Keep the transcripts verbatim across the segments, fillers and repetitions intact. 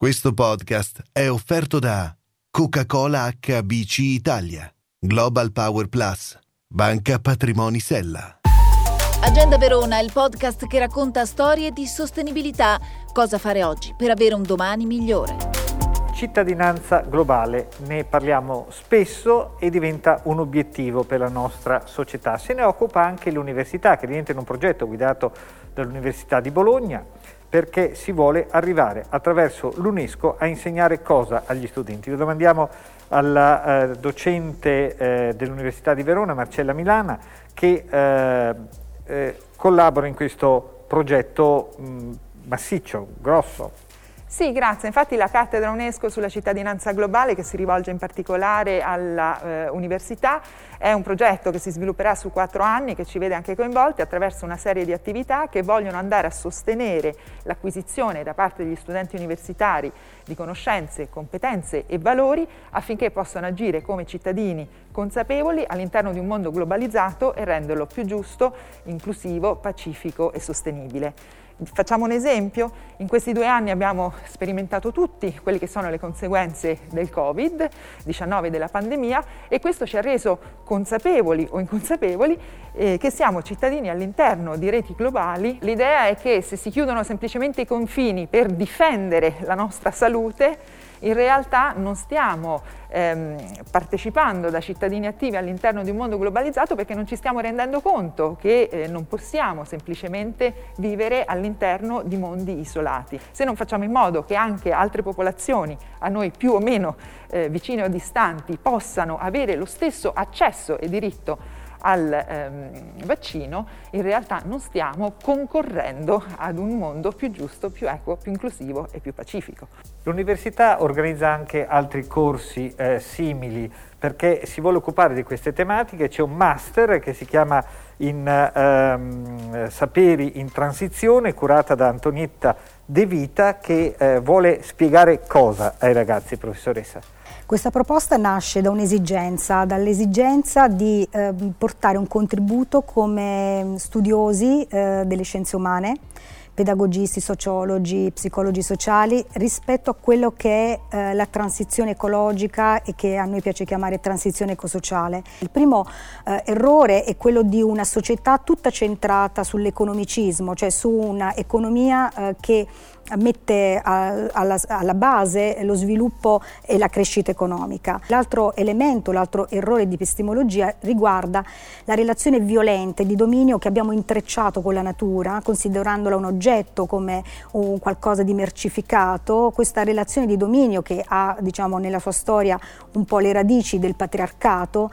Questo podcast è offerto da Coca-Cola acca bi ci Italia, Global Power Plus, Banca Patrimoni Sella. Agenda Verona, il podcast che racconta storie di sostenibilità. Cosa fare oggi per avere un domani migliore? Cittadinanza globale, ne parliamo spesso e diventa un obiettivo per la nostra società. Se ne occupa anche l'università, che diventa in un progetto guidato dall'Università di Bologna, perché si vuole arrivare attraverso l'UNESCO a insegnare cosa agli studenti. Lo domandiamo alla eh, docente eh, dell'Università di Verona, Marcella Milana, che eh, eh, collabora in questo progetto mh, massiccio, grosso. Sì, grazie. Infatti la cattedra UNESCO sulla cittadinanza globale, che si rivolge in particolare alla eh, università, è un progetto che si svilupperà su quattro anni, che ci vede anche coinvolti attraverso una serie di attività che vogliono andare a sostenere l'acquisizione da parte degli studenti universitari di conoscenze, competenze e valori affinché possano agire come cittadini consapevoli all'interno di un mondo globalizzato e renderlo più giusto, inclusivo, pacifico e sostenibile. Facciamo un esempio: in questi due anni abbiamo sperimentato tutti quelle che sono le conseguenze del covid diciannove, della pandemia, e questo ci ha reso consapevoli o inconsapevoli eh, che siamo cittadini all'interno di reti globali. L'idea è che se si chiudono semplicemente i confini per difendere la nostra salute, in realtà non stiamo ehm, partecipando da cittadini attivi all'interno di un mondo globalizzato, perché non ci stiamo rendendo conto che eh, non possiamo semplicemente vivere all'interno di mondi isolati. Se non facciamo in modo che anche altre popolazioni, a noi più o meno eh, vicine o distanti, possano avere lo stesso accesso e diritto al ehm, vaccino, in realtà non stiamo concorrendo ad un mondo più giusto, più equo, più inclusivo e più pacifico. L'università organizza anche altri corsi eh, simili, perché si vuole occupare di queste tematiche. C'è un master che si chiama in ehm, Saperi in Transizione, curata da Antonietta De Vita, che eh, vuole spiegare cosa ai ragazzi, professoressa. Questa proposta nasce da un'esigenza, dall'esigenza di eh, portare un contributo come studiosi eh, delle scienze umane, pedagogisti, sociologi, psicologi sociali, rispetto a quello che è eh, la transizione ecologica, e che a noi piace chiamare transizione ecosociale. Il primo eh, errore è quello di una società tutta centrata sull'economicismo, cioè su una economia eh, che mette a, alla, alla base lo sviluppo e la crescita economica. L'altro elemento, l'altro errore di epistemologia riguarda la relazione violenta di dominio che abbiamo intrecciato con la natura, considerandola un oggetto, come un qualcosa di mercificato. Questa relazione di dominio, che ha, diciamo, nella sua storia un po' le radici del patriarcato,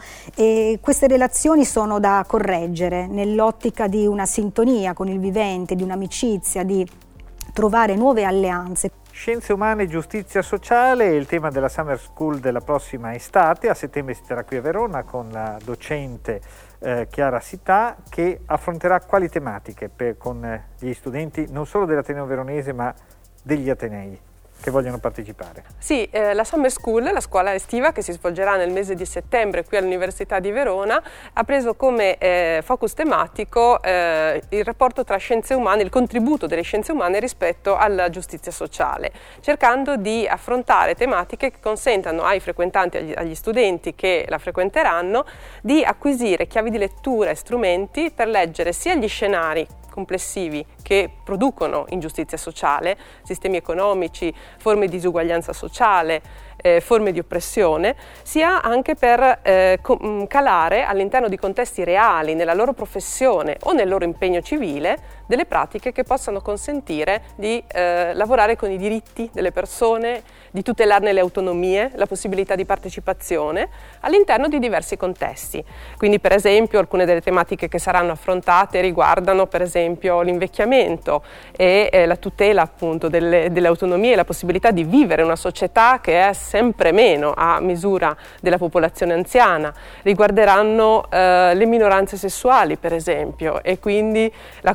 e queste relazioni sono da correggere nell'ottica di una sintonia con il vivente, di un'amicizia, di trovare nuove alleanze. Scienze umane e giustizia sociale è il tema della Summer School della prossima estate. A settembre si terrà qui a Verona con la docente eh, Chiara Sità, che affronterà quali tematiche per, con eh, gli studenti non solo dell'Ateneo Veronese ma degli Atenei che vogliono partecipare. Sì, eh, la Summer School, la scuola estiva che si svolgerà nel mese di settembre qui all'Università di Verona, ha preso come eh, focus tematico eh, il rapporto tra scienze umane, il contributo delle scienze umane rispetto alla giustizia sociale, cercando di affrontare tematiche che consentano ai frequentanti, agli, agli studenti che la frequenteranno, di acquisire chiavi di lettura e strumenti per leggere sia gli scenari complessivi che producono ingiustizia sociale, sistemi economici, forme di disuguaglianza sociale, eh, forme di oppressione, sia anche per eh, calare all'interno di contesti reali, nella loro professione o nel loro impegno civile, delle pratiche che possano consentire di eh, lavorare con i diritti delle persone, di tutelarne le autonomie, la possibilità di partecipazione all'interno di diversi contesti. Quindi, per esempio, alcune delle tematiche che saranno affrontate riguardano per esempio l'invecchiamento e eh, la tutela appunto delle, delle autonomie e la possibilità di vivere una società che è sempre meno a misura della popolazione anziana. Riguarderanno eh, le minoranze sessuali, per esempio, e quindi la costruzione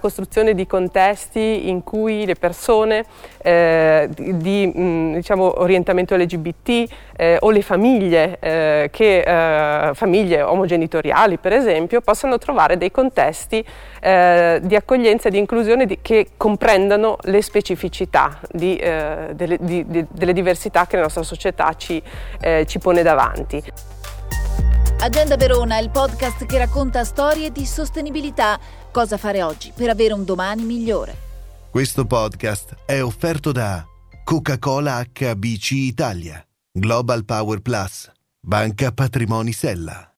creazione di contesti in cui le persone eh, di, di mh, diciamo, orientamento L G B T eh, o le famiglie, eh, che, eh, famiglie omogenitoriali per esempio, possano trovare dei contesti eh, di accoglienza e di inclusione di, che comprendano le specificità di, eh, delle, di, di, delle diversità che la nostra società ci, eh, ci pone davanti. Agenda Verona è il podcast che racconta storie di sostenibilità. Cosa fare oggi per avere un domani migliore? Questo podcast è offerto da Coca-Cola H B C Italia, Global Power Plus, Banca Patrimoni Sella.